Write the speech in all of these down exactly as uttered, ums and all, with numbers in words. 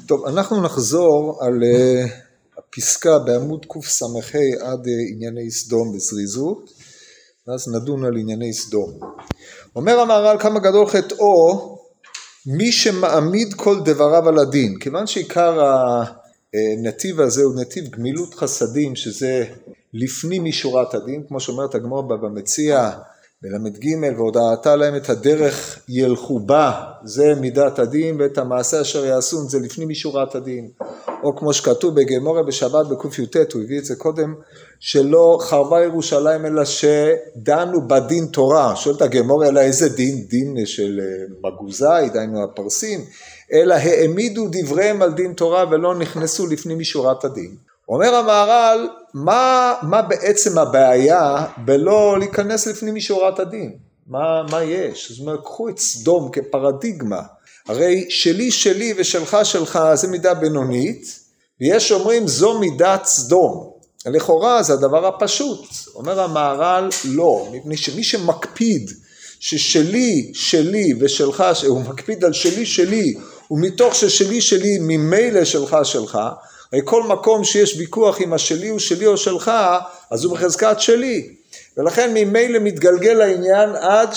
טוב, אנחנו נחזור על uh, הפסקה בעמוד קס"ה עד uh, ענייני סדום בזריזות, ואז נדון על ענייני סדום. אומר המהר"ל כמה גדול חטאו מי שמעמיד כל דבריו על הדין, כיוון שעיקר הנתיב הזה הוא נתיב גמילות חסדים, שזה לפנים משורת הדין, כמו שאומרת הגמרא במציע בלמד ג' והודעתה להם את הדרך ילכו בה, זה מידת הדין, ואת המעשה אשר יעשון זה לפנים משורת הדין. או כמו שכתוב בגמרא בשבת בק"ט, הוא הביא את זה קודם, שלא חרבה ירושלים אלא שדנו בדין תורה. שואלת הגמרא אלא איזה דין? דין של מגוזאי, דיינו הפרסים, אלא העמידו דבריהם על דין תורה ולא נכנסו לפנים משורת הדין. אומר המהר"ל, מה, מה בעצם הבעיה בלא להיכנס לפנים משורת הדין? מה, מה יש? זאת אומרת, קחו את סדום כפרדיגמה. הרי שלי שלי ושלך שלך זה מידה בינונית, ויש אומרים זו מידת סדום. לכאורה זה הדבר הפשוט. אומר המהר"ל, לא, מפני שמי שמקפיד ששלי שלי ושלך, הוא מקפיד על שלי שלי, ומתוך ששלי שלי ממילא שלך שלך, הרי כל מקום שיש ויכוח עם השלי הוא שלי או שלך, אז הוא בחזקת שלי. ולכן ממילא מתגלגל העניין עד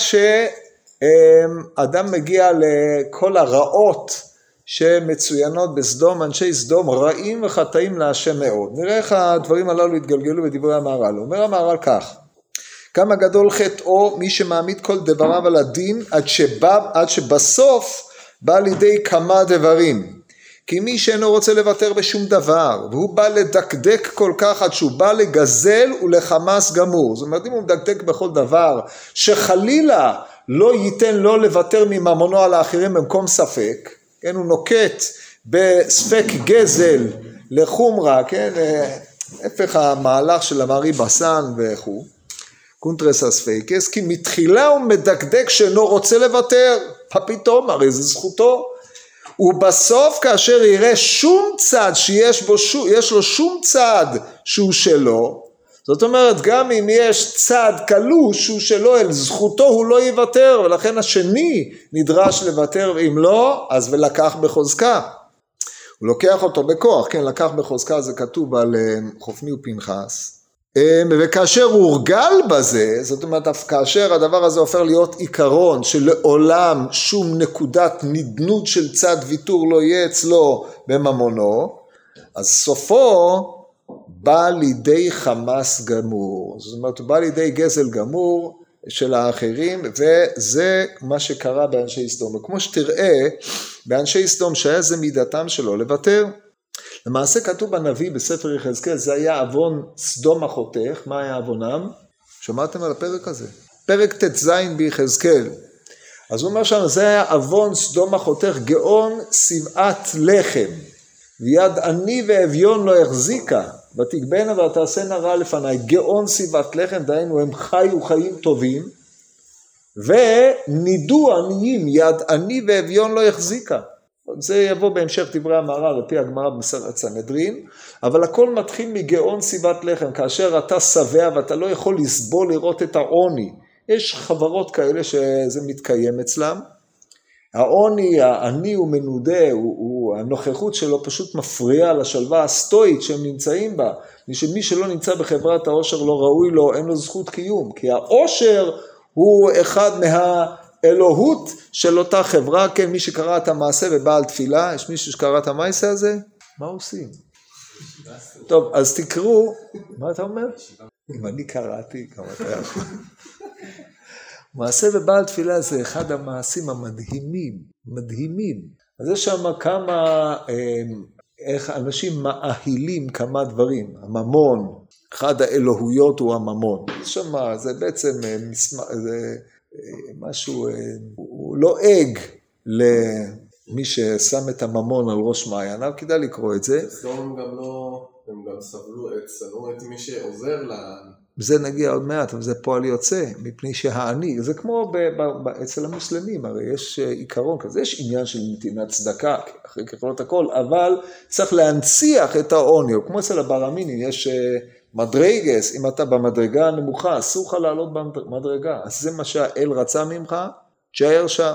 שאדם מגיע לכל הרעות שמצוינות בסדום, אנשי סדום רעים וחטאים להשם מאוד. נראה איך הדברים הללו התגלגלו בדברי המהר"ל. אומר המהר"ל כך, כמה גדול חטאו מי שמעמיד כל דבריו על הדין, עד, שבא, עד שבסוף בא לידי כמה דברים. כי מי שאינו רוצה לוותר בשום דבר, והוא בא לדקדק כל כך עד שהוא בא לגזל ולחמס גמור. זאת אומרת, אם הוא מדקדק בכל דבר, שחלילה לא ייתן לו לוותר מממונו על האחרים במקום ספק, כן, הוא נוקט בספק גזל לחומרה, כן, הפך המהלך של המרי בסן וכו', קונטרס הספקס, כי מתחילה הוא מדקדק שאינו רוצה לוותר, פתאום, הרי זה זכותו, ובסוף כאשר יראה שום צד שיש בו, יש לו שום צד שהוא שלו, זאת אומרת גם אם יש צד קלוש שהוא שלו אל זכותו הוא לא יוותר, ולכן השני נדרש לוותר, ואם לא אז ולקח בחוזקה, הוא לוקח אותו בכוח, כן, לקח בחוזקה זה כתוב על חופני ופנחס, וכאשר הוא הורגל בזה, זאת אומרת כאשר הדבר הזה הופך להיות עיקרון שלעולם שום נקודת נדנות של צד ויתור לא יהיה אצלו בממונו, אז סופו בא לידי חמס גמור, זאת אומרת הוא בא לידי גזל גמור של האחרים, וזה מה שקרה באנשי סדום. וכמו שתראה באנשי סדום שהיה זה מידתם שלו לוותר, למעשה כתוב בנביא בספר יחזקאל, זה היה אבון סדום אחותך. מה היה אבונם? שמעתם על הפרק הזה? פרק ט"ז ביחזקאל. אז הוא אומר שם, זה היה אבון סדום אחותך, גאון שבעת לחם, ויד עני ואביון לא החזיקה, ותגבנה ותעשנה רע לפניי. גאון שבעת לחם, דהיינו הם חיו חיים טובים, ונידו עניים, יד עני ואביון לא החזיקה. זה יבוא בהמשך דברי המהר"ל, לפי הגמרא במסכת סנהדרין, אבל הכל מתחיל מגאון שבעת לחם, כאשר אתה שבע ואתה לא יכול לסבול לראות את העוני. יש חברות כאלה שזה מתקיים אצלם, העוני, העני הוא מנודה, הוא, הוא, הנוכחות שלו פשוט מפריעה לשלווה הסטואית שהם נמצאים בה, מי שלא נמצא בחברת העושר לא ראוי לו, אין לו זכות קיום, כי העושר הוא אחד מהאלוהות של אותה חברה. כן, מי שקרא את המעשה ובעל תפילה, יש מישהו שקרא את המעשה הזה? מה עושים? טוב, אז תקראו, מה אתה אומר? אם אני קראתי, כמה אתה יכול. מעשה ובעל תפילה זה אחד המעשים המדהימים, מדהימים. אז יש שם כמה, איך אנשים מאהילים כמה דברים. הממון, אחד האלוהויות הוא הממון. שם זה בעצם זה משהו, הוא לועג למי ששם את הממון על ראש מעייניו, כדאי לקרוא את זה. סדום גם לא, הם גם סבלו את, סנו את מי שעוזר לה... זה נגיע עוד מעט, אבל זה פועל יוצא, מפני שהעני, זה כמו ב, ב, ב, אצל המוסלמים, הרי יש עיקרון כזה, יש עניין של נתינת צדקה, אחרי ככלות הכל, אבל צריך להנציח את העוני, או כמו אצל הברמינים, יש מדרגס, אם אתה במדרגה הנמוכה, אסור לך לעלות במדרגה, אז זה מה שהאל רצה ממך, תשאר שם.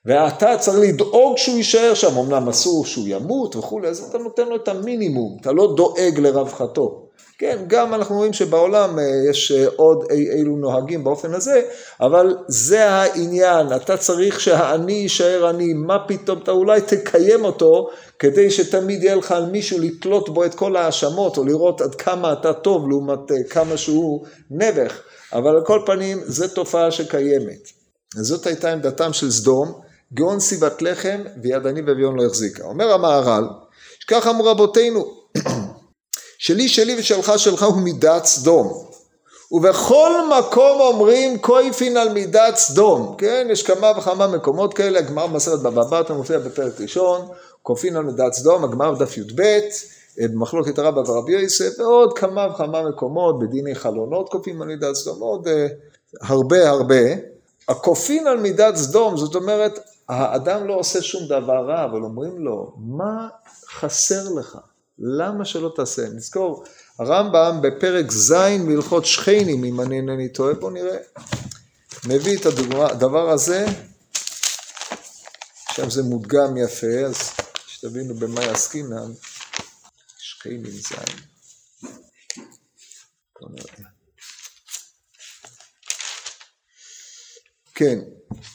ואתה צריך לדאוג שהוא יישאר שם, אמנם אסור שהוא ימות וכו', אז אתה נותן לו את המינימום, אתה לא דואג לרווחתו. כן, גם אנחנו רואים שבעולם יש עוד אי אילו נוהגים באופן הזה, אבל זה העניין, אתה צריך שהעני יישאר עני, מה פתאום אתה אולי תקיים אותו, כדי שתמיד יהיה לך על מישהו לתלות בו את כל האשמות, או לראות עד כמה אתה טוב, לעומת כמה שהוא נבח, אבל על כל פנים, זו תופעה שקיימת. זאת הייתה עמדתם של סדום, גאון סיבת לחם, ויד עני ואביון לא החזיקה. אומר המהר"ל, שכך אמרו רבותינו, שלי שלי ושלך שלך הוא מידת סדום, ובכל מקום אומרים כויפין על מידת סדום, כן, יש כמה וכמה מקומות כאלה, הגמרא במסכת בבא בתרא מופיע בפרק ראשון, כופין על מידת סדום, הגמרא בדף י"ב, במחלוקת רבא ורבי יוסף, ועוד כמה וכמה מקומות, בדיני חלונות כופין על מידת סדום, עוד uh, הרבה הרבה, הכופין על מידת סדום, זאת אומרת, האדם לא עושה שום דבר רע, אבל אומרים לו, מה חסר לך? למה שלא תעשה? נזכור, הרמב"ם בפרק זין מלכות שכנים, אם אני אינני טועה, בוא נראה, מביא את הדבר הזה, שם זה מודגם יפה, אז שתבינו במה יסקינן, שכנים זין. בוא נראה. כן,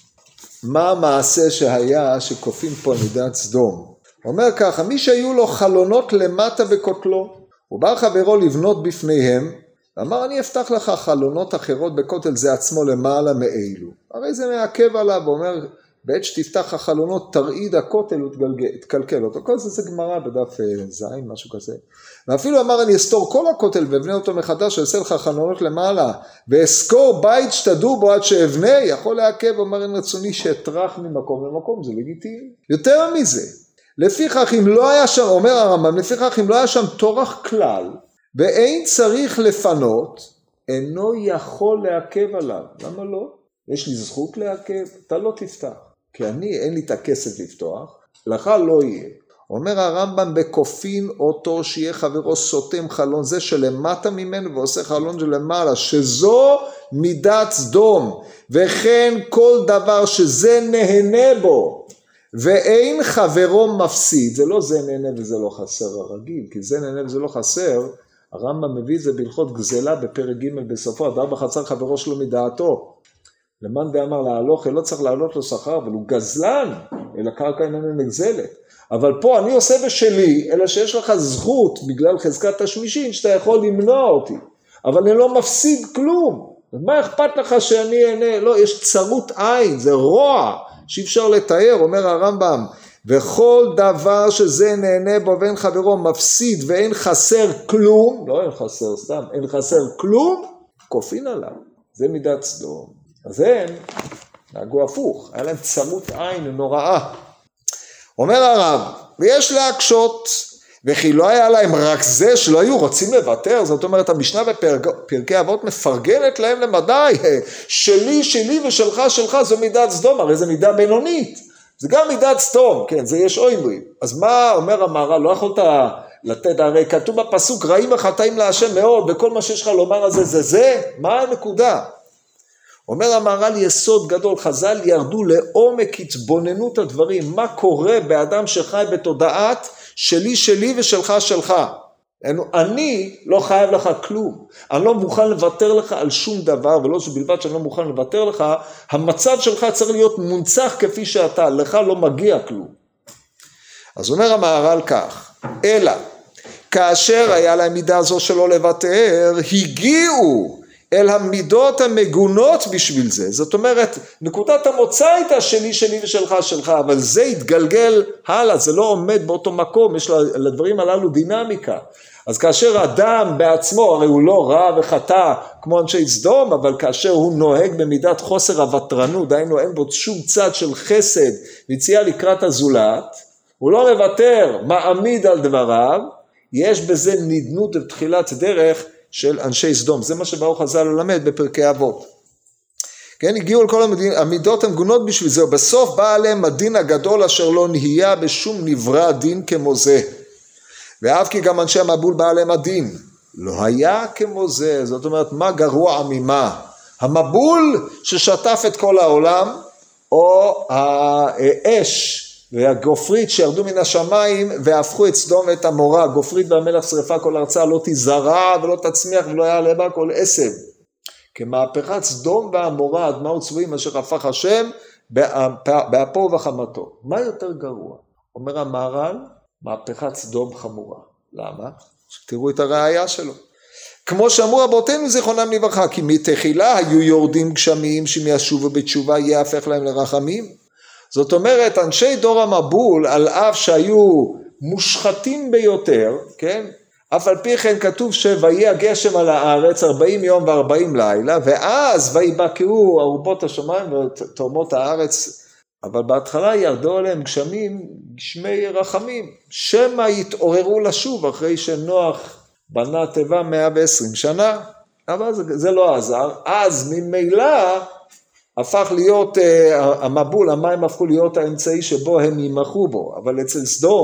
מה המעשה שהיה שכופים פה מידת סדום? אומר ככה, מי שהיו לו חלונות למטה בכותלו, הוא בא חברו לבנות בפניהם, ואמר אני אפתח לך חלונות אחרות בכותל זה עצמו למעלה מאלו. הרי זה מעכב עליו, הוא אומר, בעת שתפתח החלונות תרעיד הכותל ותקלקל אותו. כל זה זה גמרא בדף זין, משהו כזה. ואפילו אמר אני אסתור כל הכותל ואבנה אותו מחדש, ואעשה לך חלונות למעלה, ואסקור בית שתדעו בו עד שאבנה, יכול לעכב, אומר אין רצוני שאטרח ממקום למקום, זה לגיטימי. יותר מזה, לפיכך אם לא היה שם, אומר הרמב"ם, לפיכך אם לא היה שם תורח כלל, ואין צריך לפנות, אינו יכול לעכב עליו. למה לא? יש לי זכות לעכב, אתה לא תפתח. כי אני, אין לי את הכסף לפתוח, לך לא יהיה. אומר הרמב"ם, בכופין אותו שיהיה חברו סותם חלון זה שלמטה ממנו, ועושה חלון שלמעלה, שזו מידת סדום, וכן כל דבר שזה נהנה בו, ואין חברו מפסיד, זה לא זה נהנה וזה לא חסר הרגיל, כי זה נהנה וזה לא חסר, הרמב"ם מביא את זה בהלכות גזלה בפרק ג' בסופו, הדר בחצר חברו שלו מדעתו, למאן דאמר להלוך, לא צריך להעלות לו שכר, אבל הוא גזלן, אלא קרקע איננה נגזלת, אבל פה אני עושה בשלי, אלא שיש לך זכות בגלל חזקת השמישין, שאתה יכול למנוע אותי, אבל אני לא מפסיד כלום, מה אכפת לך שאני אענה, לא, יש צרות עין, זה רוע, שאי אפשר לתאר, אומר הרמב"ם, וכל דבר שזה נהנה בו ואין חברו מפסיד ואין חסר כלום, לא אין חסר סתם, אין חסר כלום, כופין עליו, זה מידת סדום. אז הם נהגו הפוך, היה להם צרות עין נוראה. אומר הרב, ויש להקשות, וכי לא היה להם רק זה שלא היו רוצים לוותר, זאת אומרת המשנה בפרקי אבות מפרגנת להם למדי, שלי שלי ושלך שלך זו מידת סדום, הרי זו מידה בינונית, זה גם מידת סדום, כן, זה יש אוימרים. אז מה אומר המהר"ל, לא יכולת לתת, הרי כתוב בפסוק, רעים וחטאים להשם מאוד, וכל מה שיש לך לומר הזה זה זה, מה הנקודה? אומר המהר"ל יסוד גדול, חז"ל ירדו לעומק התבוננות הדברים, מה קורה באדם שחי בתודעת שלי שלי ושלך שלך. אני לא חייב לך כלום, אני לא מוכן לוותר לך על שום דבר, ולא שבלבד שאני לא מוכן לוותר לך, המצב שלך צריך להיות מונצח כפי שאתה, לך לא מגיע כלום. אז אומר המהר"ל כך, אלא כאשר היה להם מידה זו שלא לוותר, הגיעו אל המידות המגונות בשביל זה. זאת אומרת, נקודת המוצא הייתה שלי, שלי ושלך, שלך, אבל זה התגלגל הלאה, זה לא עומד באותו מקום, יש לדברים הללו דינמיקה. אז כאשר אדם בעצמו, הרי הוא לא רע וחטא כמו אנשי סדום, אבל כאשר הוא נוהג במידת חוסר הוותרנות, דהיינו אין בו שום צד של חסד, ויציאה לקראת הזולת, הוא לא מוותר, מעמיד על דבריו, יש בזה נדנות בתחילת דרך, של אנשי סדום, זה מה שבאו חז"ל ללמד בפרקי אבות. כן, הגיעו על כל המידות המגונות בשביל זה, ובסוף בא עליהם הדין הגדול אשר לא נהיה בשום נברא דין כמו זה. ואף כי גם אנשי המבול בא עליהם הדין, לא היה כמו זה, זאת אומרת מה גרוע ממה? המבול ששטף את כל העולם, או האש והגופרית שירדו מן השמיים והפכו את סדום ואת עמורה, גופרית והמלח שרפה כל ארצה לא תזרע ולא תצמיח ולא יעלה בה כל עשב. כמהפכת סדום ועמורה, עד מהו צבועים אשר הפך השם באפו ובחמתו. מה יותר גרוע? אומר המהר"ל, מהפכת סדום חמורה. למה? תראו את הראייה שלו. כמו שאמרו רבותינו זיכרונם לברכה, כי מתחילה היו יורדים גשמים שהם ישובו בתשובה יהפך להם לרחמים. זאת אומרת, אנשי דור המבול, על אף שהיו מושחתים ביותר, כן? אף על פי כן כתוב שויהיה הגשם על הארץ ארבעים יום וארבעים לילה, ואז ויבקעו ארובות השמיים ותאומות הארץ, אבל בהתחלה ירדו עליהם גשמים, גשמי רחמים, שמא יתעוררו לשוב אחרי שנוח בנה תיבה מאה ועשרים שנה, אבל זה, זה לא עזר, אז ממילא הפך להיות, המבול, המים הפכו להיות האמצעי שבו הם ימחו בו, אבל אצל סדום,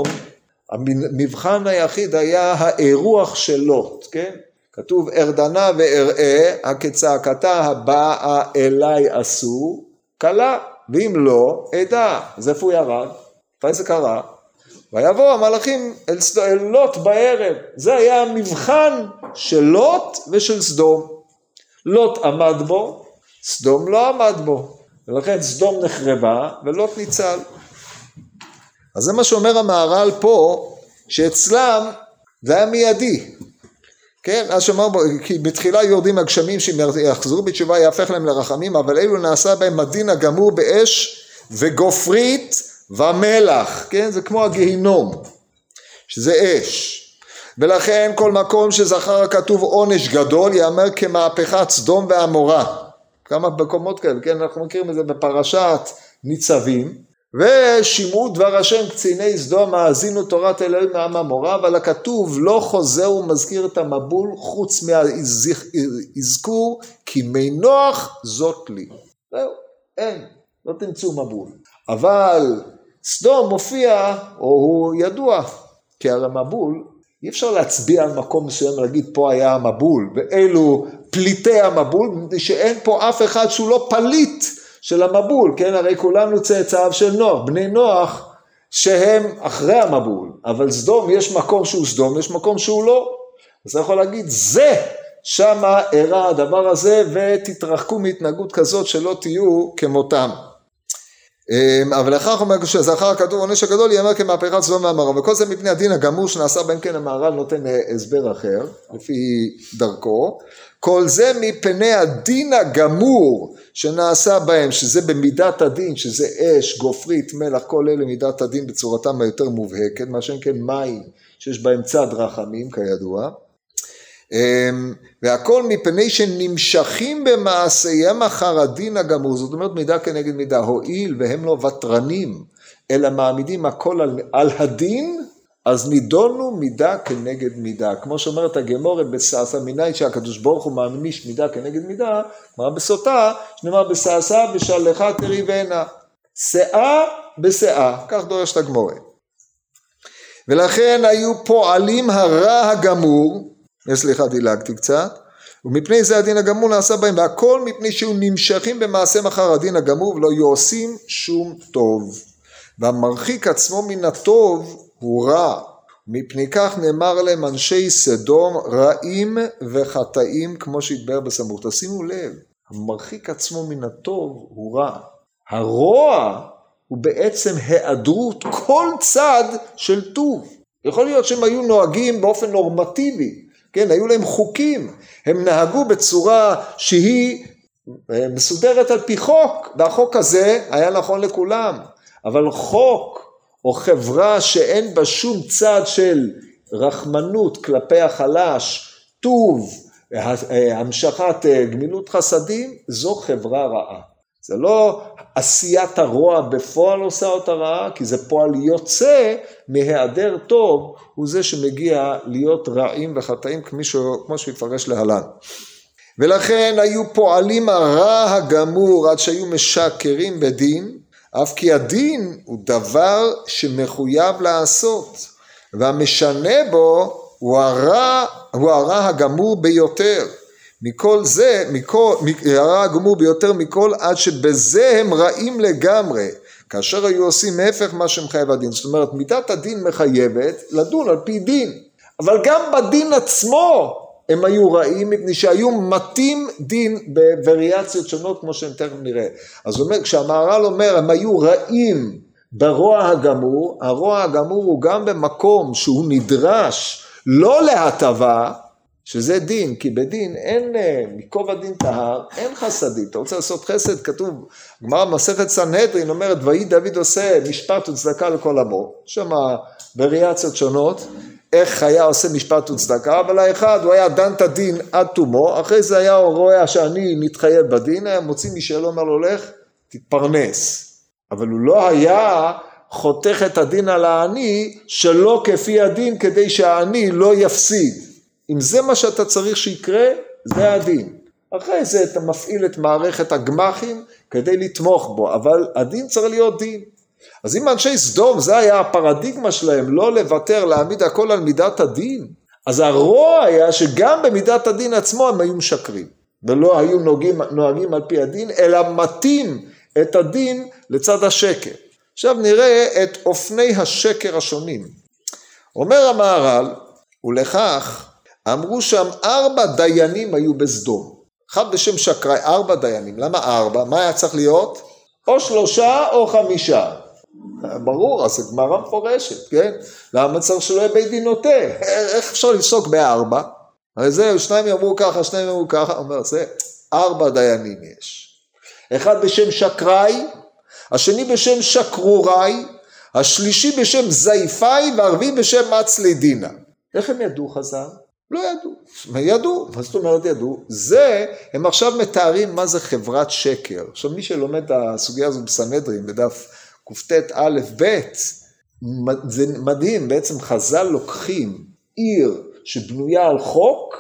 המבחן היחיד היה האירוח של לוט, כן? כתוב ארדנה ואראה, הכצעקתה הבאה אליי עשו, קלה, ואם לא, עדה. אז איפה הוא ירד? מתי זה קרה? ויבוא המלאכים אל, אל לוט בערב. זה היה המבחן של לוט ושל סדום. לוט עמד בו, סדום לא עמד בו. ולכן סדום נחרבה ולוט ניצל. אז זה מה שאומר המהר"ל פה, שאצלם זה היה מיידי. כן, אז שאומר, כי בתחילה יורדים הגשמים שיחזרו בתשובה יהפך להם לרחמים, אבל אלו נעשה בהם הדין הגמור באש וגופרית ומלח, כן, זה כמו הגהינום, שזה אש. ולכן כל מקום שזכר הכתוב עונש גדול, יאמר כמהפכת סדום ועמורה. כמה מקומות כאלה, כן, אנחנו מכירים את זה בפרשת ניצבים, ושמעו דבר השם קציני סדום האזינו תורת אלוהים מעם עמורה, אבל הכתוב לא חוזר ומזכיר את המבול חוץ מהאזכור כי מי נוח זאת לי. זהו, אין, לא תמצאו מבול. אבל סדום מופיע, או הוא ידוע, כי על המבול אי אפשר להצביע על מקום מסוים להגיד פה היה המבול, ואלו פליטי המבול, שאין פה אף אחד שהוא לא פליט של המבול, כן? הרי כולנו צאצאיו של נוח, בני נוח שהם אחרי המבול, אבל סדום יש מקום שהוא סדום, יש מקום שהוא לא. אז אתה יכול להגיד, זה שמה אירע הדבר הזה, ותתרחקו מהתנהגות כזאת שלא תהיו כמותם. אבל לכך אומר שזכר הכתוב עונש הגדול יאמר כמהפכת סדום ועמורה, וכל זה מפני הדין הגמור שנעשה בהם, כן המהר"ל נותן הסבר אחר לפי דרכו, כל זה מפני הדין הגמור שנעשה בהם, שזה במידת הדין, שזה אש, גופרית, מלח, כל אלה מידת הדין בצורתם היותר מובהקת, מה שאין כן מים שיש בהם צד רחמים כידוע, והכל מפני שנמשכים במעשיהם אחר הדין הגמור, זאת אומרת מידה כנגד מידה, הועיל והם לא וטרנים, אלא מעמידים הכל על, על הדין, אז נידונו מידה כנגד מידה, כמו שאומרת הגמורת בסעסה מיני שהקדוש ברוך הוא מעניש מידה כנגד מידה, מה בסוטה, שנאמר בסעסה בשלחה תריבנה, שאה בשאה, כך דורשת הגמורת. ולכן היו פועלים הרע הגמור, סליחה דילגתי קצת, ומפני זה הדין הגמור נעשה בהם, והכל מפני שהוא נמשכים במעשה אחר הדין הגמור ולא יעושים שום טוב, והמרחיק עצמו מן הטוב הוא רע, מפני כך נאמר להם אנשי סדום רעים וחטאים כמו שהתבאר בסמוך. תשימו לב, המרחיק עצמו מן הטוב הוא רע, הרוע הוא בעצם היעדרות כל צד של טוב. יכול להיות שהם היו נוהגים באופן נורמטיבי, כן, היו להם חוקים, הם נהגו בצורה שהיא מסודרת על פי חוק, והחוק הזה היה נכון לכולם, אבל חוק או חברה שאין בה שום צד של רחמנות כלפי החלש, טוב, המשכת גמילות חסדים, זו חברה רעה. זה לא עשיית הרוע בפועל עושה אותה רעה, כי זה פועל יוצא מהיעדר טוב, הוא זה שמגיע להיות רעים וחטאים כמו שיפרש להלן. ולכן היו פועלים הרע הגמור עד שהיו משקרים בדין, אף כי הדין הוא דבר שמחויב לעשות, והמשנה בו הוא הרע, הוא הרע הגמור ביותר, מכל זה, מכל, הרע הגמור ביותר מכל, עד שבזה הם רעים לגמרי, כאשר היו עושים ההפך מה שמחייב הדין. זאת אומרת, מידת הדין מחייבת לדון על פי דין, אבל גם בדין עצמו הם היו רעים, מפני שהיו מתים דין בווריאציות שונות, כמו שהם תכף נראה. אז הוא אומר, כשהמהר"ל אומר, הם היו רעים ברוע הגמור, הרוע הגמור הוא גם במקום שהוא נדרש לא להטבה, שזה דין, כי בדין אין, מקוב הדין טהר, אין חסדים. אתה רוצה לעשות חסד, כתוב, גמרא מסכת סנהדרין אומרת, ויהי דוד עושה משפט וצדקה לכל עמו, שם וריאציות שונות, איך היה עושה משפט וצדקה, אבל האחד הוא היה דן את הדין עד תומו, אחרי זה היה רואה שאני מתחייב בדין, היה מוציא משאלו, אומר לו, לך, תתפרנס. אבל הוא לא היה חותך את הדין על העני, שלא כפי הדין, כדי שהעני לא יפסיד. אם זה מה שאתה צריך שיקרה, זה הדין. אחרי זה אתה מפעיל את מערכת הגמחים, כדי לתמוך בו, אבל הדין צריך להיות דין. אז אם אנשי סדום, זה היה הפרדיגמה שלהם, לא לוותר, להעמיד הכל על מידת הדין, אז הרוע היה שגם במידת הדין עצמו הם היו משקרים, ולא היו נוהגים, נוהגים על פי הדין, אלא מתים את הדין לצד השקר. עכשיו נראה את אופני השקר השונים. אומר המהר"ל, ולכך אמרו שם ארבע דיינים היו בסדום, אחד בשם שקראי, ארבע דיינים. למה ארבע? מה היה צריך להיות? או שלושה או חמישה. ברור, אז גמרא מפורשת, כן? למה צריך שלא יהיה בית דין נוטה? איך אפשר לפסוק בארבע? הרי זהו, שניים יאמרו ככה, שניים יאמרו ככה, אומר, זה ארבע דיינים יש. אחד בשם שקראי, השני בשם שקרוראי, השלישי בשם זייפאי, והרביעי בשם מצלי דינה. איך הם ידעו חז"ל? לא ידעו. ידעו, מה זאת אומרת ידעו? זה, הם עכשיו מתארים מה זה חברת שקר. עכשיו מי שלומד את הסוגיה הזו בסנהדרין, בדף קופטט א' ב', זה מדהים, בעצם חז"ל לוקחים עיר שבנויה על חוק,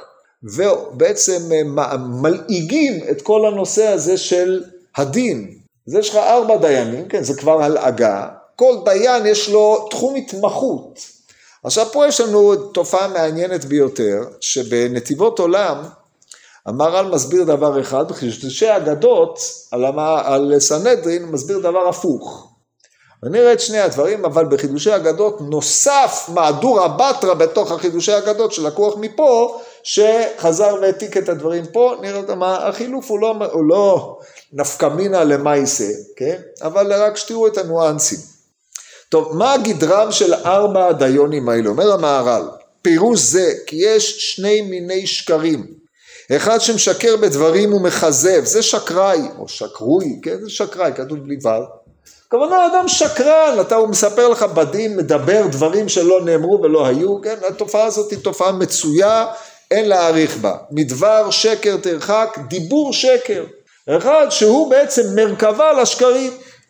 ובעצם מלעיגים את כל הנושא הזה של הדין. אז יש לך ארבע דיינים, כן, זה כבר הלעגה, כל דיין יש לו תחום התמחות. עכשיו פה יש לנו תופעה מעניינת ביותר, שבנתיבות עולם, המהר"ל מסביר דבר אחד, בחידושי אגדות על, על סנהדרין מסביר דבר הפוך. ונראה את שני הדברים, אבל בחידושי אגדות נוסף מהדורה בתרא בתוך החידושי אגדות שלקוח מפה, שחזר והעתיק את הדברים פה, נראה מה, החילוף הוא לא, הוא לא נפקא מינה למעשה, כן? אבל רק שתראו את הניואנסים. טוב, מה הגדרם של ארבע הדיונים האלה? אומר המהר"ל, פירוש זה כי יש שני מיני שקרים. אחד שמשקר בדברים ומחזב, זה שקראי, או שקרוי, כן? זה שקראי, כתוב בלי ו'. כמובן, אדם שקרן, אתה הוא מספר לך בדין, מדבר דברים שלא נאמרו ולא היו, כן? התופעה הזאת היא תופעה מצויה, אין להעריך בה. מדבר שקר תרחק, דיבור שקר. אחד שהוא בעצם מרכבה לשקרים.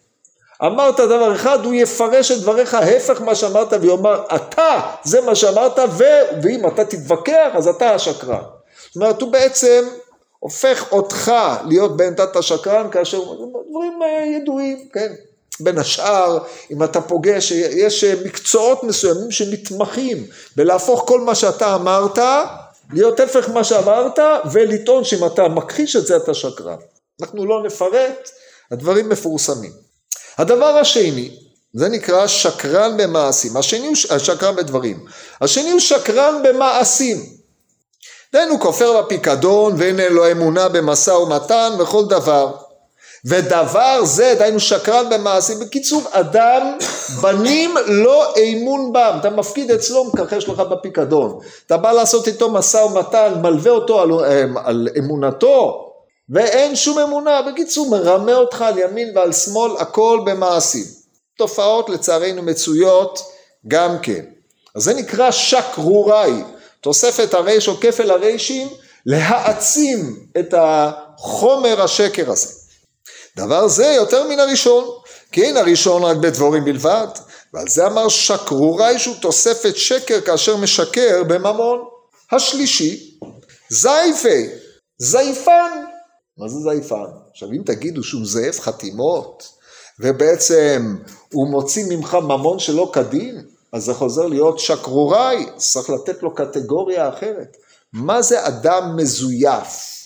אמרת דבר אחד, הוא יפרש את דבריך, ההפך מה שאמרת, ויאמר, אתה, זה מה שאמרת, ו... ואם אתה תתווכח, אז אתה השקרן. זאת אומרת, הוא בעצם הופך אותך להיות בעמדת השקרן, כאשר דברים ידועים, כן? בין השאר, אם אתה פוגש, יש מקצועות מסוימים שמתמחים, בלהפוך כל מה שאתה אמרת, להיות הפך מה שאמרת, ולטעון שאם אתה מכחיש את זה, אתה שקרן. אנחנו לא נפרט, הדברים מפורסמים. הדבר השני, זה נקרא שקרן במעשים. השני הוא שקרן בדברים. השני הוא שקרן במעשים. דהיינו כופר בפיקדון, ואין לו אמונה במשא ומתן וכל דבר. ודבר זה, דהיינו שקרן במעשים. בקיצור, אדם, בנים לא אמון בם. אתה מפקיד אצלו, מקחש לך בפיקדון. אתה בא לעשות איתו משא ומתן, מלווה אותו על, על אמונתו, ואין שום אמונה. בקיצור, מרמה אותך על ימין ועל שמאל, הכל במעשים. תופעות לצערנו מצויות גם כן. אז זה נקרא שקרוראי. תוספת הרש או כפל הרשים, להעצים את החומר השקר הזה. דבר זה יותר מן הראשון, כי אין הראשון רק בדבורים בלבד, ועל זה אמר שקרוראי שהוא תוספת שקר כאשר משקר בממון. השלישי, זייפי, זייפן. מה זה זייפן? עכשיו אם תגידו שהוא זייף חתימות, ובעצם הוא מוציא ממך ממון שלא כדין, אז זה חוזר להיות שקרוראי, צריך לתת לו קטגוריה אחרת. מה זה אדם מזויף?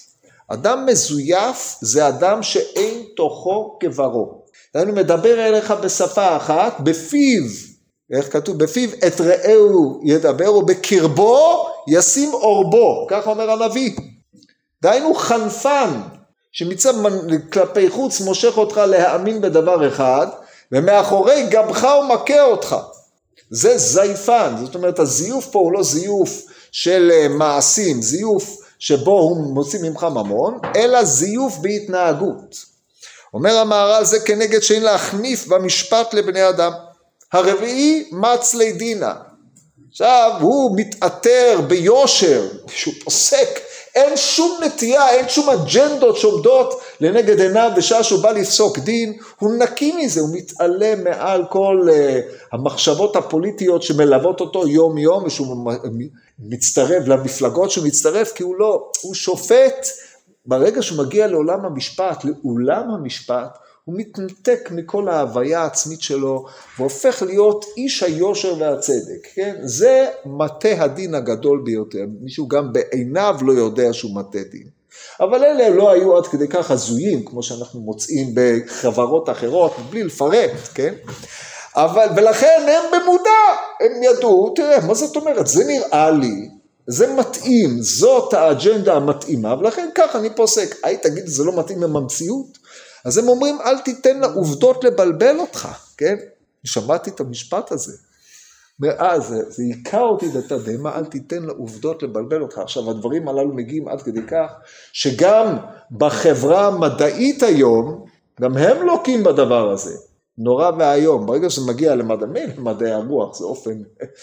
אדם מזויף זה אדם שאין תוכו כברו. אני מדבר אליך בשפה אחת, בפיו, איך כתוב? בפיו את רעהו ידבר, ובקרבו ישים אורבו, כך אומר הנביא. דהיינו חנפן, שמצד כלפי חוץ מושך אותך להאמין בדבר אחד, ומאחורי גבך הוא מכה אותך. זה זייפן, זאת אומרת הזיוף פה הוא לא זיוף של מעשים, זיוף שבו הוא מוציא ממך ממון, אלא זיוף בהתנהגות. אומר המהר"ל זה כנגד שאין להחניף במשפט לבני אדם. הרביעי מצלי דינה. עכשיו הוא מתעתר ביושר, שהוא פוסק, אין שום נטייה, אין שום אג'נדות שעומדות לנגד עיניו בשעה שהוא בא לפסוק דין, הוא נקי מזה, הוא מתעלם מעל כל uh, המחשבות הפוליטיות שמלוות אותו יום יום, ושהוא מצטרף למפלגות שהוא מצטרף, כי הוא לא, הוא שופט, ברגע שהוא מגיע לעולם המשפט, לעולם המשפט, הוא מתנתק מכל ההוויה העצמית שלו, והופך להיות איש היושר והצדק, כן? זה מטה הדין הגדול ביותר, מישהו גם בעיניו לא יודע שהוא מטה דין. אבל אלה לא היו עד כדי כך הזויים, כמו שאנחנו מוצאים בחברות אחרות, בלי לפרט, כן? אבל, ולכן הם במודע, הם ידעו, תראה, מה זאת אומרת? זה נראה לי, זה מתאים, זאת האג'נדה המתאימה, ולכן כך אני פוסק. היי, תגיד, זה לא מתאים עם המציאות? אז הם אומרים, אל תיתן לעובדות לבלבל אותך, כן? שמעתי את המשפט הזה. ואז זה, זה עיקר אותי בתדהמה, אל תיתן לעובדות לבלבל אותך. עכשיו, הדברים הללו מגיעים עד כדי כך, שגם בחברה המדעית היום, גם הם לוקים בדבר הזה. נורא והיום, ברגע שזה מגיע למדעי, למדעי הרוח, זה אופן,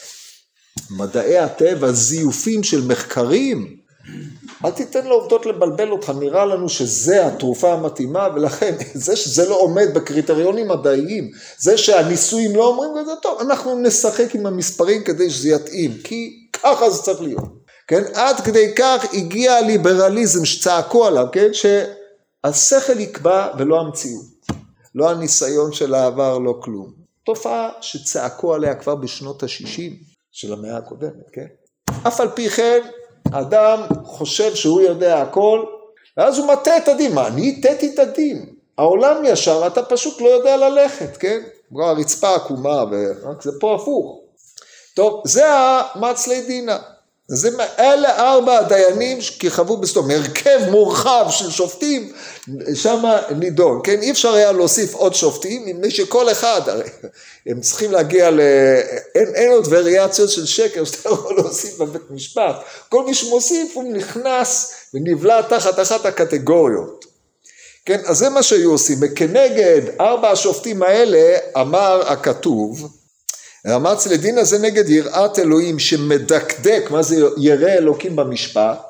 מדעי הטבע, זיופים של מחקרים, אל תיתן לעובדות לבלבל אותך, נראה לנו שזה התרופה המתאימה, ולכן זה שזה לא עומד בקריטריונים מדעיים, זה שהניסויים לא אומרים את זה טוב, אנחנו נשחק עם המספרים כדי שזה יתאים, כי ככה זה צריך להיות. כן? עד כדי כך הגיע הליברליזם שצעקו עליו, כן? שהשכל יקבע ולא המציאות, לא הניסיון של העבר, לא כלום. תופעה שצעקו עליה כבר בשנות ה-שישים של המאה הקודמת, כן? אף על פי כן, אדם חושב שהוא יודע הכל, ואז הוא מטה את הדין. מה, אני הטעתי את הדין? העולם ישר, אתה פשוט לא יודע ללכת, כן? הרצפה עקומה, ורק זה פה הפוך. טוב, זה המצלי דינה. זה, אלה ארבע הדיינים שכיכבו בסדום, הרכב מורחב של שופטים, שם נידון, כן? אי אפשר היה להוסיף עוד שופטים, מפני שכל אחד, הרי הם צריכים להגיע ל... אין, אין עוד וריאציות של שקר, שאתה יכול להוסיף בבית משפט. כל מי שמוסיף הוא נכנס ונבלע תחת אחת הקטגוריות. כן? אז זה מה שהיו עושים, וכנגד ארבע השופטים האלה אמר הכתוב, המצלי דינה זה נגד יראת אלוהים שמדקדק, מה זה ירא אלוקים במשפט?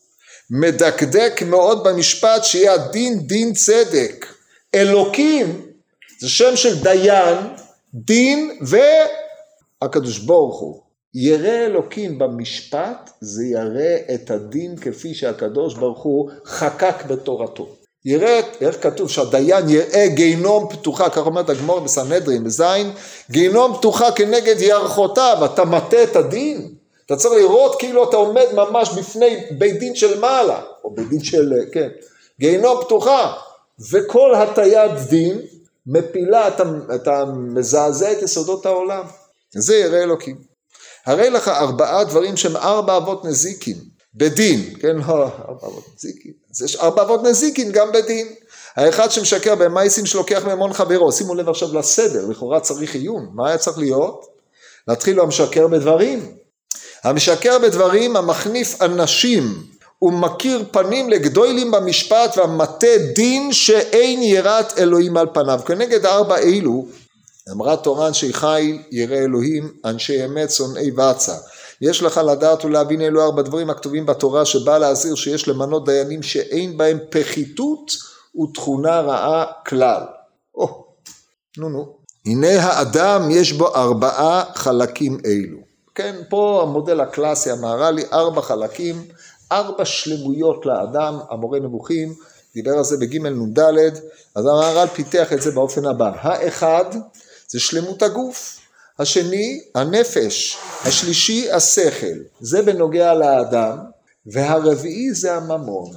מדקדק מאוד במשפט שיהיה דין דין צדק. אלוקים זה שם של דיין, דין והקדוש ברוך הוא. ירא אלוקים במשפט זה ירא את הדין כפי שהקדוש ברוך הוא חקק בתורתו. יראה, איך כתוב שהדיין יראה גיהנום פתוחה, כך אומרת הגמרא בסנהדרין, בזין, גיהנום פתוחה כנגד ירחותיו, אתה מטה את הדין, אתה צריך לראות כאילו אתה עומד ממש בפני בית דין של מעלה, או בית דין של, כן, גיהנום פתוחה, וכל הטיית דין מפילה, אתה, אתה מזעזע את יסודות העולם, זה יראה אלוקים. הרי לך ארבעה דברים שהם ארבע אבות נזיקין, בדין, כן, לא, ארבע אבות נזיקין, אז יש ארבע אבות נזיקין גם בדין, האחד שמשקר במעשים שלוקח ממון חברו, שימו לב עכשיו לסדר, לכאורה צריך עיון, מה היה צריך להיות? להתחיל לו המשקר בדברים, המשקר בדברים המחניף אנשים, ומכיר פנים לגדולים במשפט, והמטה דין שאין יראת אלוהים על פניו, כנגד ארבע אלו, אמרה תורה אנשי חיל ירא אלוהים, אנשי אמת שונאי בצע, יש לך לדעת ולהבין אלו ארבע דברים הכתובים בתורה שבא להזהיר שיש למנות דיינים שאין בהם פחיתות ותכונה רעה כלל. או, נו נו. הנה האדם יש בו ארבעה חלקים אלו. כן, פה המודל הקלאסי המהר"ל לי ארבע חלקים, ארבע שלמויות לאדם, המורה נבוכים, דיבר על זה בג' נ"ד, אז המהר"ל פיתח את זה באופן הבא. האחד זה שלמות הגוף. השני, הנפש, השלישי, השכל, זה בנוגע לאדם, והרביעי זה הממון.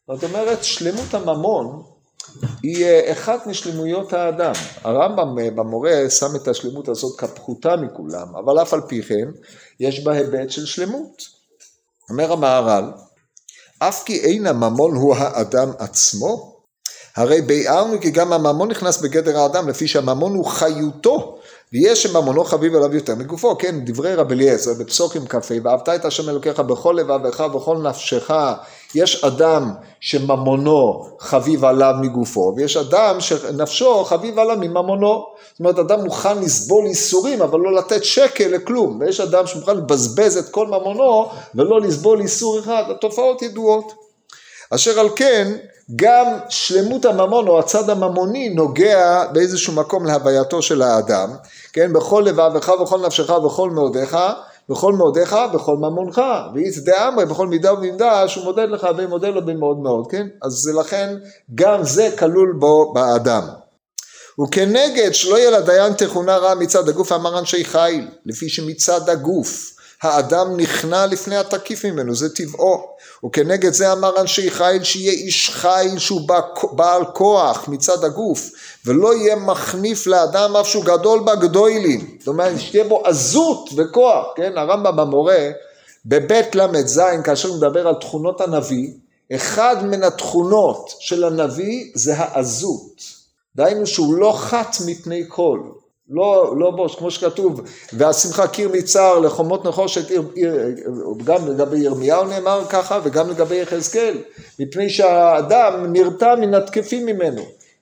זאת אומרת, שלמות הממון היא אחת משלמויות האדם. הרמב"ם במורה שם את השלמות הזאת כפחותה מכולם, אבל אף על פי כן יש בה היבט של שלמות. אומר המהר"ל, אף כי אין הממון הוא האדם עצמו, הרי ביארנו כי גם הממון נכנס בגדר האדם, לפי שהממון הוא חיותו, ויש שממונו חביב עליו יותר מגופו. כן, דברי רבי אליעזר בפסוקים כ"ה, ואהבת את השם אלוקיך בכל לבבך ובכל נפשך. יש אדם שממונו חביב עליו מגופו, ויש אדם שנפשו חביב עליו מממונו. זאת אומרת, אדם מוכן לסבול איסורים, אבל לא לתת שקל לכלום. ויש אדם שמוכן לבזבז את כל ממונו, ולא לסבול איסור אחד. התופעות ידועות. אשר על כן, גם שלמות הממון או הצד הממוני נוגע באיזשהו מקום להווייתו של האדם, כן, בכל לבבך, בכל נפשך, בכל מאודיך, בכל מאודיך, בכל ממונך, ואיץ דאמרי, בכל מידה ובמידה, שהוא מודד לך ומודד לו במאוד מאוד, כן, אז לכן גם זה כלול בו באדם. וכנגד שלא יהיה לדיין תכונה רע מצד הגוף, אמר אנשי חיל, לפי שמצד הגוף, האדם נכנע לפני התקיף ממנו, זה טבעו. וכנגד זה אמר אנשי חיל שיהיה איש חיל שהוא בעל כוח מצד הגוף, ולא יהיה מחניף לאדם אף שהוא גדול בגדולים. זאת אומרת, שתהיה בו עזות וכוח, כן? הרמב"ם במורה, בבית למד זין, כאשר מדבר על תכונות הנביא, אחד מן התכונות של הנביא זה העזות. דהיינו שהוא לא חת מפני כל. לא, לא בוש, כמו שכתוב, והשמחה קיר מצער לחומות נחושת, גם לגבי ירמיהו נאמר ככה, וגם לגבי יחזקאל, מפני שהאדם נרתע מן התקפים ממנו.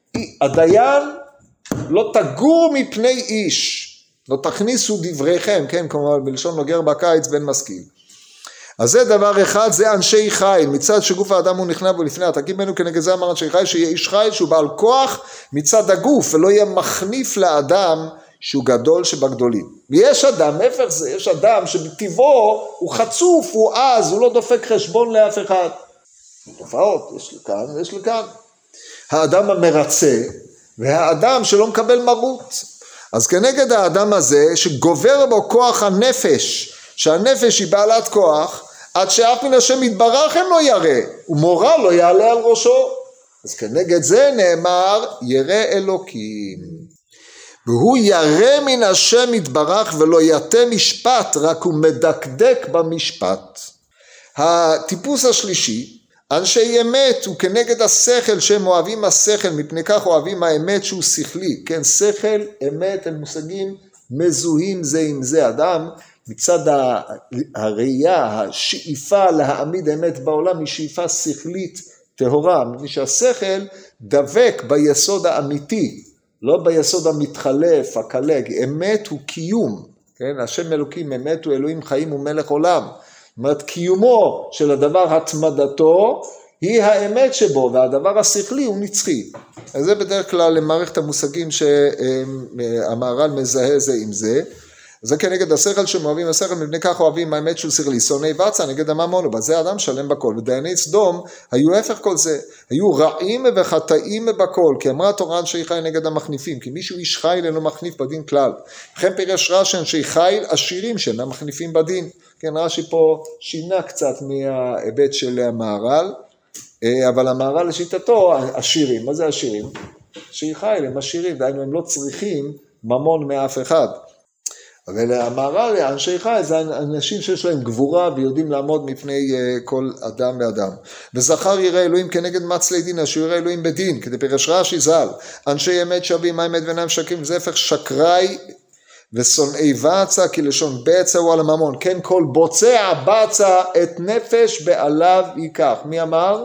הדיין לא תגור מפני איש, לא תכניסו דבריכם, כן, כלומר בלשון נוגר בקיץ בן משכיל. אז זה דבר אחד, זה אנשי חיל, מצד שגוף האדם הוא נכנע בו לפני התקים ממנו, כנגד זה אמר אנשי חיל, שיהיה איש חיל שהוא בעל כוח מצד הגוף, ולא יהיה מחניף לאדם שהוא גדול שבגדולים. ויש אדם, איפה זה, יש אדם שבטבעו הוא חצוף, הוא עז, הוא לא דופק חשבון לאף אחד. תופעות, יש לכאן, יש לכאן. האדם המרצה, והאדם שלא מקבל מרות. אז כנגד האדם הזה, שגובר בו כוח הנפש, שהנפש היא בעלת כוח, עד שאף מן השם יתברך אין לו ירא, ומורא לא יעלה על ראשו. אז כנגד זה נאמר, ירא אלוקים. והוא ירא מן השם יתברך ולא יתה משפט, רק הוא מדקדק במשפט. הטיפוס השלישי, אנשי אמת, הוא כנגד השכל שהם אוהבים השכל, מפני כך אוהבים האמת שהוא שכלי. כן, שכל, אמת, הם מושגים מזוהים זה עם זה. אדם, מצד הראייה, השאיפה להעמיד אמת בעולם, היא שאיפה שכלית טהורה, מפני שהשכל דבק ביסוד האמיתי, לא ביסוד המתחלף, הקלג. אמת הוא קיום, כן? השם אלוקים אמת הוא אלוהים חיים ומלך עולם. זאת אומרת, קיומו של הדבר התמדתו היא האמת שבו, והדבר השכלי הוא נצחי. אז זה בדרך כלל למערכת המושגים שהמהר"ל מזהה זה עם זה. זה כנגד השכל שמאוהבים השכל, מפני כך אוהבים האמת שהוא שכלי, שונאי בצע נגד הממון, ובזה אדם שלם בכל. ודייני סדום היו הפך כל זה, היו רעים וחטאים בכל, כי אמרה התורה אנשי חיל נגד המחניפים, כי מישהו איש חיל אינו מחניף בדין כלל. לכן פירש רש"י אנשי חיל עשירים שאינם מחניפים בדין. כן, רש"י פה שינה קצת מההיבט של המהר"ל, אבל המהר"ל לשיטתו עשירים. מה זה עשירים? אנשי חיל הם עשירים, דהיינו הם לא צריכים ממון מאף אחד. אבל המהר"ל לאנשי חיל זה אנשים שיש להם גבורה ויודעים לעמוד מפני כל אדם ואדם. וזכר ירא אלוהים כנגד מצלי דין, אשר ירא אלוהים בדין, כדי פירש רש"י ז"ל, אנשי אמת שווים, האמת ואינם משקרים, זה הפך שקראי ושונאי בצע, כי לשון בצע הוא על הממון. כן, כל בוצע בצע את נפש בעליו ייקח. מי אמר?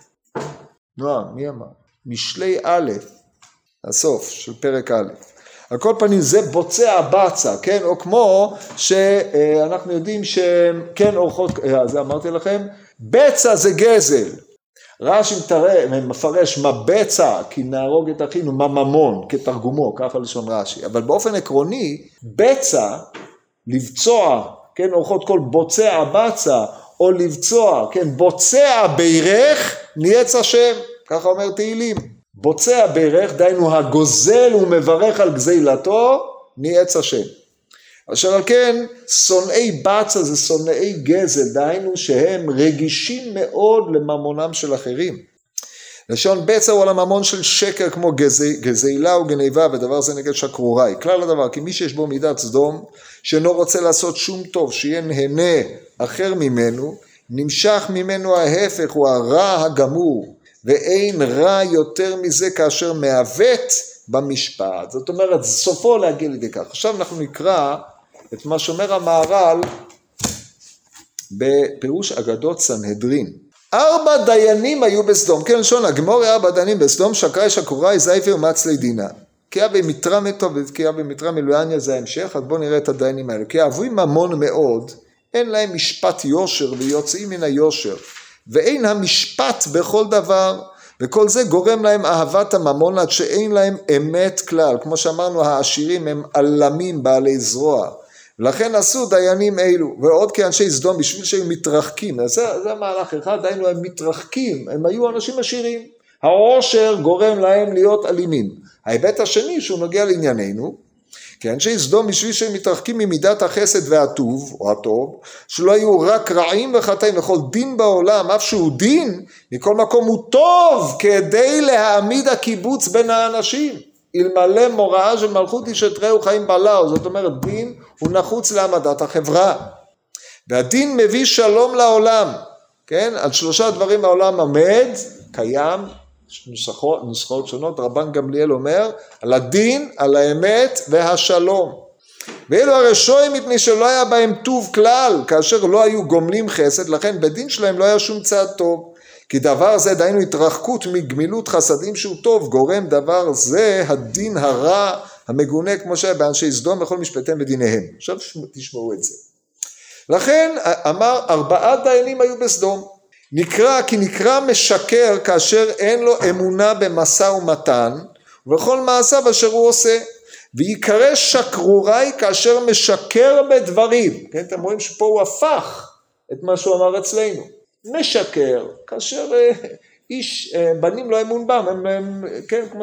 נועם, מי אמר? משלי א', הסוף של פרק א'. על כל פנים זה בוצע בצע, כן? או כמו שאנחנו יודעים שכן אורחות, זה אמרתי לכם, בצע זה גזל. רש"י מפרש מה בצע, כי נהרוג את אחינו, מה ממון, כתרגומו, ככה לשון רש"י. אבל באופן עקרוני, בצע, לבצוע, כן? אורחות כל בוצע בצע, או לבצוע, כן? בוצע בירך, נייץ השם, ככה אומר תהילים. בוצע בירך, דיינו הגוזל ומברך על גזילתו, נייץ השם. אשר על כן, שונאי בצע זה שונאי גזל, דהיינו שהם רגישים מאוד לממונם של אחרים. לשון בצע הוא על הממון של שקר כמו גזילה וגניבה, ודבר זה נגד שקרורי. כלל הדבר, כי מי שיש בו מידת סדום, שאינו רוצה לעשות שום טוב, שיהיה נהנה אחר ממנו, נמשך ממנו ההפך, הוא הרע הגמור, ואין רע יותר מזה כאשר מעוות במשפט. זאת אומרת, סופו להגיע לידי כך. עכשיו אנחנו נקרא את מה שאומר המהר"ל בפירוש אגדות סנהדרין. ארבע דיינים היו בסדום, כן לשון הגמור ארבע דיינים בסדום, שקראי שקוראי זייפי ומצלי דינה. כי היה במתרא מטוב וכי היה במתרא מלואניה זה ההמשך, אז בואו נראה את הדיינים האלה. כי אהבו ממון מאוד, אין להם משפט יושר ויוצאים מן היושר, ואין המשפט בכל דבר, וכל זה גורם להם אהבת הממון עד שאין להם אמת כלל. כמו שאמרנו, העשירים הם עלמים בעלי זרוע, ולכן עשו דיינים אלו, ועוד כאנשי סדום בשביל שהם מתרחקים. אז זה, זה המהלך אחד, דיינו הם מתרחקים, הם היו אנשים עשירים, העושר גורם להם להיות אלימים. ההיבט השני שהוא נוגע לענייננו, כי אנשי סדום בשביל שהם מתרחקים ממידת החסד והטוב, או הטוב, שלא היו רק רעים וחטאים, וכל דין בעולם, אף שהוא דין, מכל מקום הוא טוב, כדי להעמיד הקיבוץ בין האנשים. אלמלא מוראה של מלכות איש את רעהו חיים בלעו, זאת אומרת דין הוא נחוץ להעמדת החברה. והדין מביא שלום לעולם, כן? על שלושה דברים העולם עומד, קיים, נוסחאות, נוסחאות שונות, רבן גמליאל אומר, על הדין, על האמת והשלום. ואלו הרשועים מפני שלא היה בהם טוב כלל, כאשר לא היו גומלים חסד, לכן בדין שלהם לא היה שום צעד טוב. כי דבר זה דיינו התרחקות מגמילות חסדים שהוא טוב, גורם דבר זה הדין הרע המגונה כמו שהיה באנשי סדום בכל משפטיהם ודיניהם. עכשיו תשמעו את זה. לכן אמר ארבעה דיינים היו בסדום. נקרא כי נקרא משקר כאשר אין לו אמונה במשא ומתן ובכל מעשיו אשר הוא עושה. ויקרא שקרורי כאשר משקר בדברים. כן, אתם רואים שפה הוא הפך את מה שהוא אמר אצלנו. משקר, כאשר איש, בנים לא אמון בם, הם, הם, כן, כמו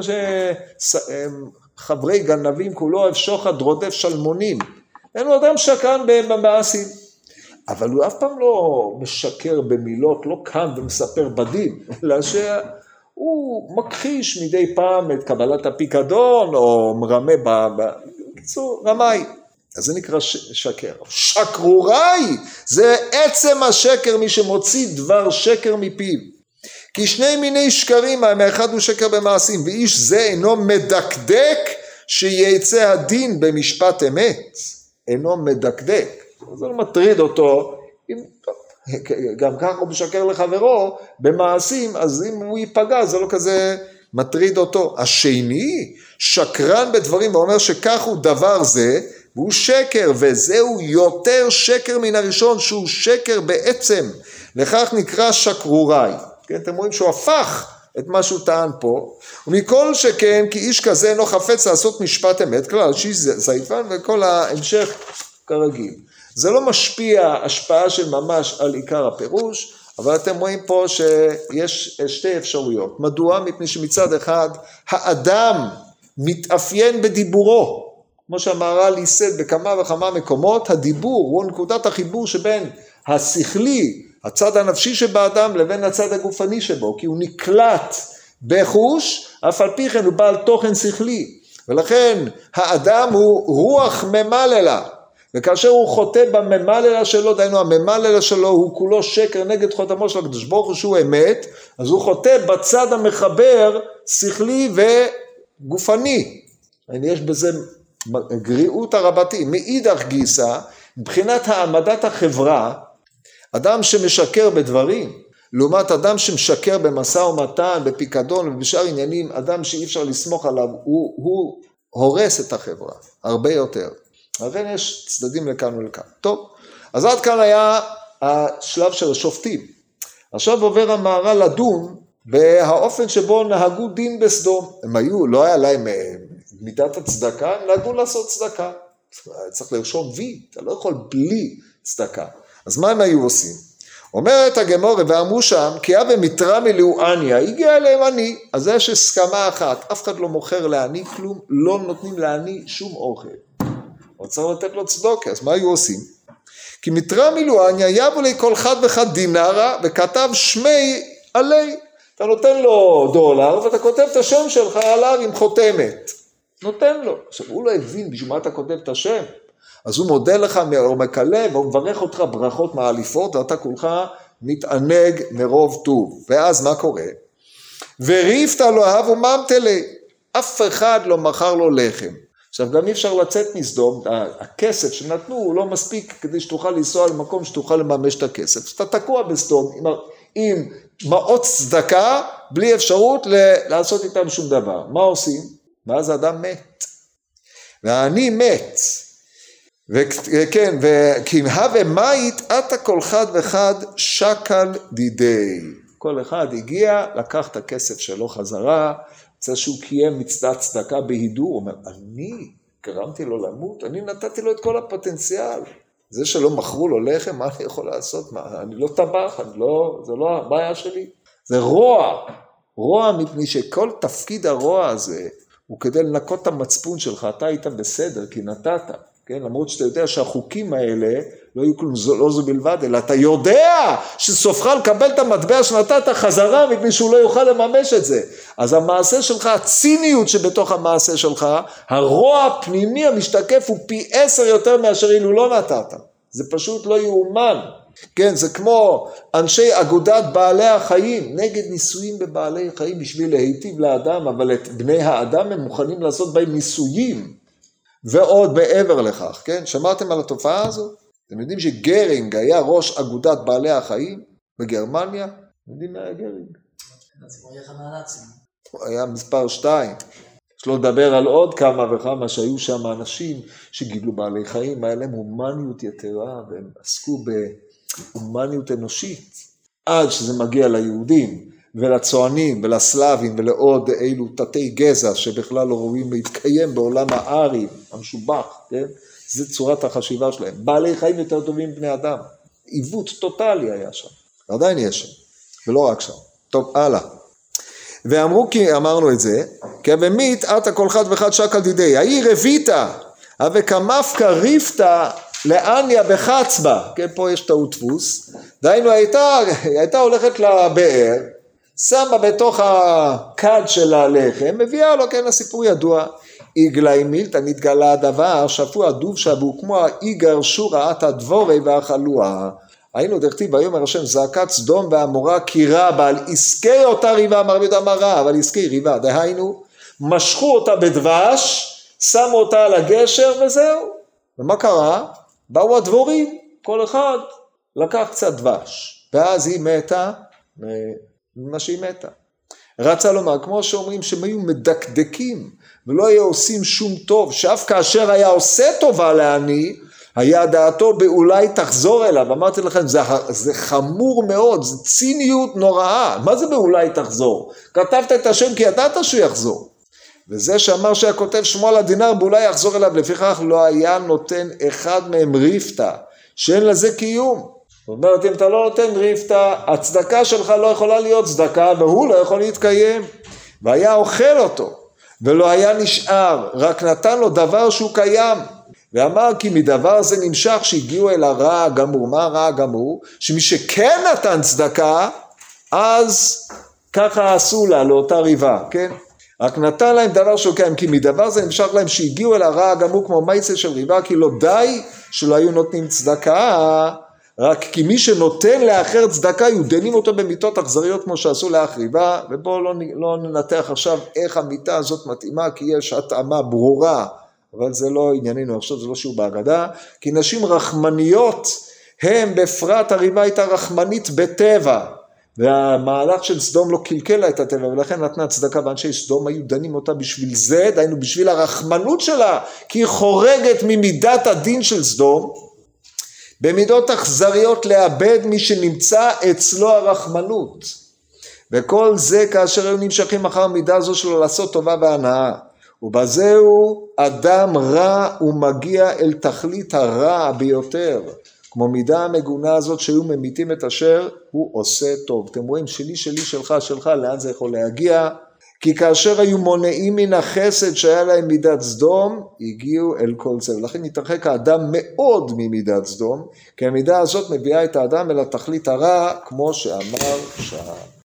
שחברי גנבים כולו אוהב שוחד רודף שלמונים, אין לו אדם שקרן במעשים, אבל הוא אף פעם לא משקר במילות, לא קם ומספר בדים, אלא שהוא מכחיש מדי פעם את קבלת הפיקדון, או מרמה, בקיצור, רמאי. אז זה נקרא שקר. שקרורי זה עצם השקר, מי שמוציא דבר שקר מפיו. כי שני מיני שקרים, האחד הוא שקר במעשים, ואיש זה אינו מדקדק שיצא הדין במשפט אמת. אינו מדקדק. זה לא מטריד אותו, אם, גם ככה הוא משקר לחברו במעשים, אז אם הוא ייפגע זה לא כזה מטריד אותו. השני שקרן בדברים ואומר שכך הוא דבר זה, והוא שקר, וזהו יותר שקר מן הראשון, שהוא שקר בעצם, לכך נקרא שקרורי. כן, אתם רואים שהוא הפך את מה שהוא טען פה, ומכל שכן, כי איש כזה אינו חפץ לעשות משפט אמת, כלל, שיש זייפן וכל ההמשך כרגיל. זה לא משפיע השפעה של ממש על עיקר הפירוש, אבל אתם רואים פה שיש שתי אפשרויות. מדוע? מפני שמצד אחד, האדם מתאפיין בדיבורו, כמו שהמהר"ל ייסד בכמה וכמה מקומות, הדיבור הוא נקודת החיבור שבין השכלי, הצד הנפשי שבאדם, לבין הצד הגופני שבו, כי הוא נקלט בחוש, אף על פי כן הוא בעל תוכן שכלי, ולכן האדם הוא רוח ממללה, וכאשר הוא חוטא בממללה שלו, דיינו הממללה שלו הוא כולו שקר נגד חותמו של הקדוש ברוך הוא שהוא אמת, אז הוא חוטא בצד המחבר שכלי וגופני, יש בזה גריעות הרבתי. מאידך גיסא, מבחינת העמדת החברה, אדם שמשקר בדברים, לעומת אדם שמשקר במשא ומתן, בפיקדון ובשאר עניינים, אדם שאי אפשר לסמוך עליו, הוא, הוא הורס את החברה, הרבה יותר. לכן יש צדדים לכאן ולכאן. טוב, אז עד כאן היה השלב של השופטים. עכשיו עובר המהר"ל לדון בהאופן שבו נהגו דין בסדום. הם היו, לא היה להם מידת הצדקה, הם נהגו לעשות צדקה. צריך לרשום וי, אתה לא יכול בלי צדקה. אז מה הם היו עושים? אומרת הגמרא, ואמרו שם, כי היה במתרא מלואניה, הגיע אליהם עני. אז יש הסכמה אחת, אף אחד לא מוכר לעני כלום, לא נותנים לעני שום אוכל. אבל צריך לתת לו צדוקה, אז מה היו עושים? כי מתרא מילואניה יבו לי כל חד וחד דינרה, וכתב שמי עלי. אתה נותן לו דולר, ואתה כותב את השם שלך עליו עם חותמת. נותן לו. עכשיו, הוא לא הבין בשביל מה אתה כותב את השם. אז הוא מודה לך מעומק הלב, והוא מברך אותך ברכות מעליפות, ואתה כולך מתענג מרוב טוב. ואז מה קורה? וריפת לו אהב וממתלי. אף אחד לא מכר לו לחם. עכשיו, גם אי אפשר לצאת מסדום, הכסף שנתנו הוא לא מספיק כדי שתוכל לנסוע למקום שתוכל לממש את הכסף. אתה תקוע בסדום עם, עם מאות צדקה, בלי אפשרות ל- לעשות איתם שום דבר. מה עושים? ואז האדם מת. ואני מת. וכן, וכי הווה מית, אתה כל חד וחד שקל דידי. כל אחד הגיע, לקח את הכסף שלו חזרה, זה שהוא קיים מצוות צדקה בהידור, הוא אומר, אני גרמתי לו למות, אני נתתי לו את כל הפוטנציאל. זה שלא מכרו לו לחם, מה אני יכול לעשות? מה, אני לא טבח, אני לא, זה לא הבעיה שלי. זה רוע, רוע מפני שכל תפקיד הרוע הזה, הוא כדי לנקות את המצפון שלך, אתה היית בסדר, כי נתת. כן? למרות שאתה יודע שהחוקים האלה לא יהיו כלום, לא זו בלבד, אלא אתה יודע שסופך לקבל את המטבע שנתת חזרה, מפני שהוא לא יוכל לממש את זה. אז המעשה שלך, הציניות שבתוך המעשה שלך, הרוע הפנימי המשתקף הוא פי עשר יותר מאשר אילו לא נתת. זה פשוט לא יאומן. כן, זה כמו אנשי אגודת בעלי החיים, נגד ניסויים בבעלי חיים בשביל להיטיב לאדם, אבל את בני האדם הם מוכנים לעשות בהם ניסויים. ועוד מעבר לכך, כן? שמעתם על התופעה הזו? אתם יודעים שגרינג היה ראש אגודת בעלי החיים בגרמניה? אתם יודעים מה היה גרינג? הוא היה מספר שתיים. יש לו לדבר על עוד כמה וכמה שהיו שם אנשים שגידלו בעלי חיים, היה להם הומניות יתרה, והם עסקו בהומניות אנושית, עד שזה מגיע ליהודים. ולצוענים ולסלאבים ולעוד אילו תתי גזע שבכלל לא ראויים להתקיים בעולם הארי המשובח, כן? זה צורת החשיבה שלהם. בעלי חיים יותר טובים מבני אדם. עיוות טוטלי היה שם. עדיין יש שם, ולא רק שם. טוב, הלאה. ואמרו כי, אמרנו את זה, כי במית אתה כל חד וחד שקל דידי, ההיא רביתה, וכמפקה ריפתה לאניה בחצבה, כן, פה יש טעות דפוס, דהיינו הייתה, הייתה הולכת לבאר, שמה בתוך הכד של הלחם, מביאה לו, כן, הסיפור ידוע, איגלי מילתא נתגלה הדבר, שפו הדוב שבו כמו האיגר שורה עתה דבורי ואכלוה, היינו דכתיב ויאמר השם זעקת סדום ועמורה כי רע בה, עסקי אותה ריבה, אמר רבי אמר רע, אבל עסקי ריבה, דהיינו, משכו אותה בדבש, שמו אותה על הגשר וזהו. ומה קרה? באו הדבורים, כל אחד לקח קצת דבש, ואז היא מתה, ממה שהיא מתה. רצה לומר, כמו שאומרים שהם היו מדקדקים, ולא היו עושים שום טוב, שאף כאשר היה עושה טובה לעני, היה דעתו באולי תחזור אליו. אמרתי לכם, זה, זה חמור מאוד, זה ציניות נוראה. מה זה באולי תחזור? כתבת את השם כי ידעת שהוא יחזור. וזה שאמר שהיה כותב שמו על הדינר באולי יחזור אליו, לפיכך לא היה נותן אחד מהם ריפתא, שאין לזה קיום. זאת אומרת, אם אתה לא נותן ריפתא, הצדקה שלך לא יכולה להיות צדקה, והוא לא יכול להתקיים. והיה אוכל אותו, ולא היה נשאר, רק נתן לו דבר שהוא קיים. ואמר כי מדבר זה נמשך שהגיעו אל הרע הגמור. מה הרע הגמור? שמי שכן נתן צדקה, אז ככה עשו לה לאותה ריבה, כן? רק נתן להם דבר שהוא קיים, כי מדבר זה נמשך להם שהגיעו אל הרע הגמור כמו מייצה של ריבה, כי לא די שלא היו נותנים צדקה, רק כי מי שנותן לאחר צדקה, היו דנים אותו במיטות אכזריות כמו שעשו לאח ריבה, ובואו לא, לא ננתח עכשיו איך המיטה הזאת מתאימה, כי יש התאמה ברורה, אבל זה לא ענייננו, עכשיו זה לא שהוא בהגדה, כי נשים רחמניות, הם בפרט הריבה הייתה רחמנית בטבע, והמהלך של סדום לא קלקל לה את הטבע, ולכן נתנה צדקה, ואנשי סדום היו דנים אותה בשביל זה, דיינו בשביל הרחמנות שלה, כי היא חורגת ממידת הדין של סדום, במידות אכזריות לאבד מי שנמצא אצלו הרחמנות, וכל זה כאשר היו נמשכים אחר מידה זו שלו לעשות טובה והנאה, ובזהו אדם רע ומגיע אל תכלית הרע ביותר, כמו מידה המגונה הזאת שהיו ממיתים את אשר הוא עושה טוב. אתם רואים שלי שלי שלך שלך לאן זה יכול להגיע, כי כאשר היו מונעים מן החסד שהיה להם מידת סדום, הגיעו אל כל זה. ולכן התרחק האדם מאוד ממידת סדום, כי המידה הזאת מביאה את האדם אל התכלית הרע, כמו שאמר שם.